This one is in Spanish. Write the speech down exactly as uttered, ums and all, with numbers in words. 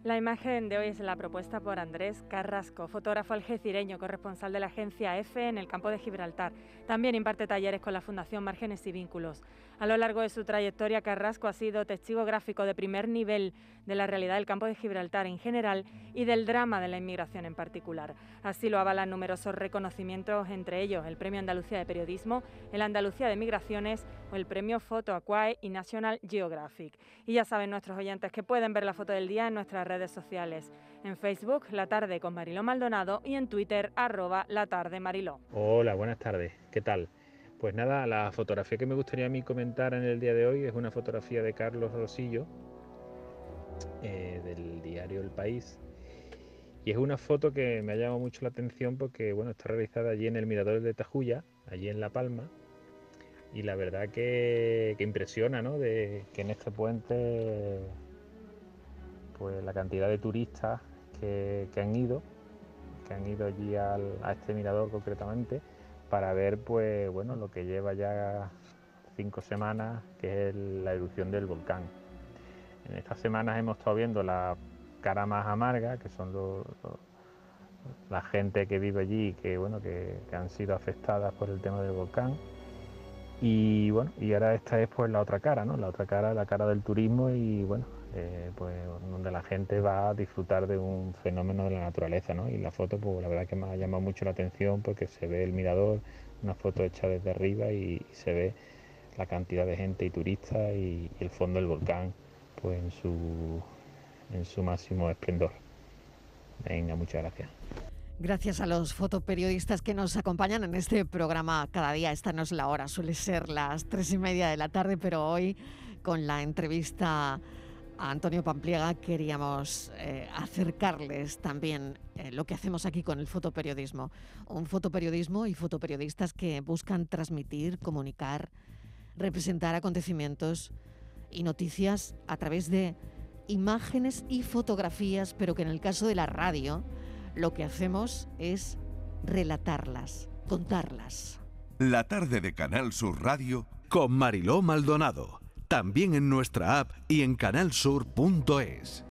La imagen de hoy es la propuesta por Andrés Carrasco, fotógrafo algecireño, corresponsal de la agencia EFE en el campo de Gibraltar. También imparte talleres con la Fundación Márgenes y Vínculos. A lo largo de su trayectoria, Carrasco ha sido testigo gráfico de primer nivel de la realidad del campo de Gibraltar en general y del drama de la inmigración en particular. Así lo avalan numerosos reconocimientos, entre ellos el Premio Andalucía de Periodismo, el Andalucía de Migraciones o el Premio Photo Acquire y National Geographic. Y ya saben nuestros oyentes que pueden ver la foto del día en nuestras redes sociales. En Facebook, La Tarde con Mariló Maldonado, y en Twitter, arroba La Tarde Mariló. Hola, buenas tardes. ¿Qué tal? Pues nada, la fotografía que me gustaría a mí comentar en el día de hoy es una fotografía de Carlos Rosillo, eh, del diario El País. Y es una foto que me ha llamado mucho la atención porque, bueno, está realizada allí en el Mirador de Tajuya, allí en La Palma. Y la verdad que, que impresiona, ¿no? De que en este puente, pues la cantidad de turistas que, que han ido, que han ido allí al, a este mirador concretamente, para ver, pues bueno, lo que lleva ya cinco semanas, que es el, la erupción del volcán. En estas semanas hemos estado viendo la cara más amarga, que son los, los, la gente que vive allí, que bueno, que, que han sido afectadas por el tema del volcán. Y bueno, y ahora esta es pues la otra cara, ¿no? La otra cara, la cara del turismo y bueno, eh, pues donde la gente va a disfrutar de un fenómeno de la naturaleza, ¿no? Y la foto, pues la verdad que me ha llamado mucho la atención porque se ve el mirador, una foto hecha desde arriba y, y se ve la cantidad de gente y turistas y, y el fondo del volcán, pues en su, en su máximo esplendor. Venga, muchas gracias. Gracias a los fotoperiodistas que nos acompañan en este programa cada día. Esta no es la hora, suele ser las tres y media de la tarde, pero hoy con la entrevista a Antonio Pampliega queríamos eh, acercarles también eh, lo que hacemos aquí con el fotoperiodismo. Un fotoperiodismo y fotoperiodistas que buscan transmitir, comunicar, representar acontecimientos y noticias a través de imágenes y fotografías, pero que en el caso de la radio lo que hacemos es relatarlas, contarlas. La tarde de Canal Sur Radio con Mariló Maldonado. También en nuestra app y en canal sur punto es.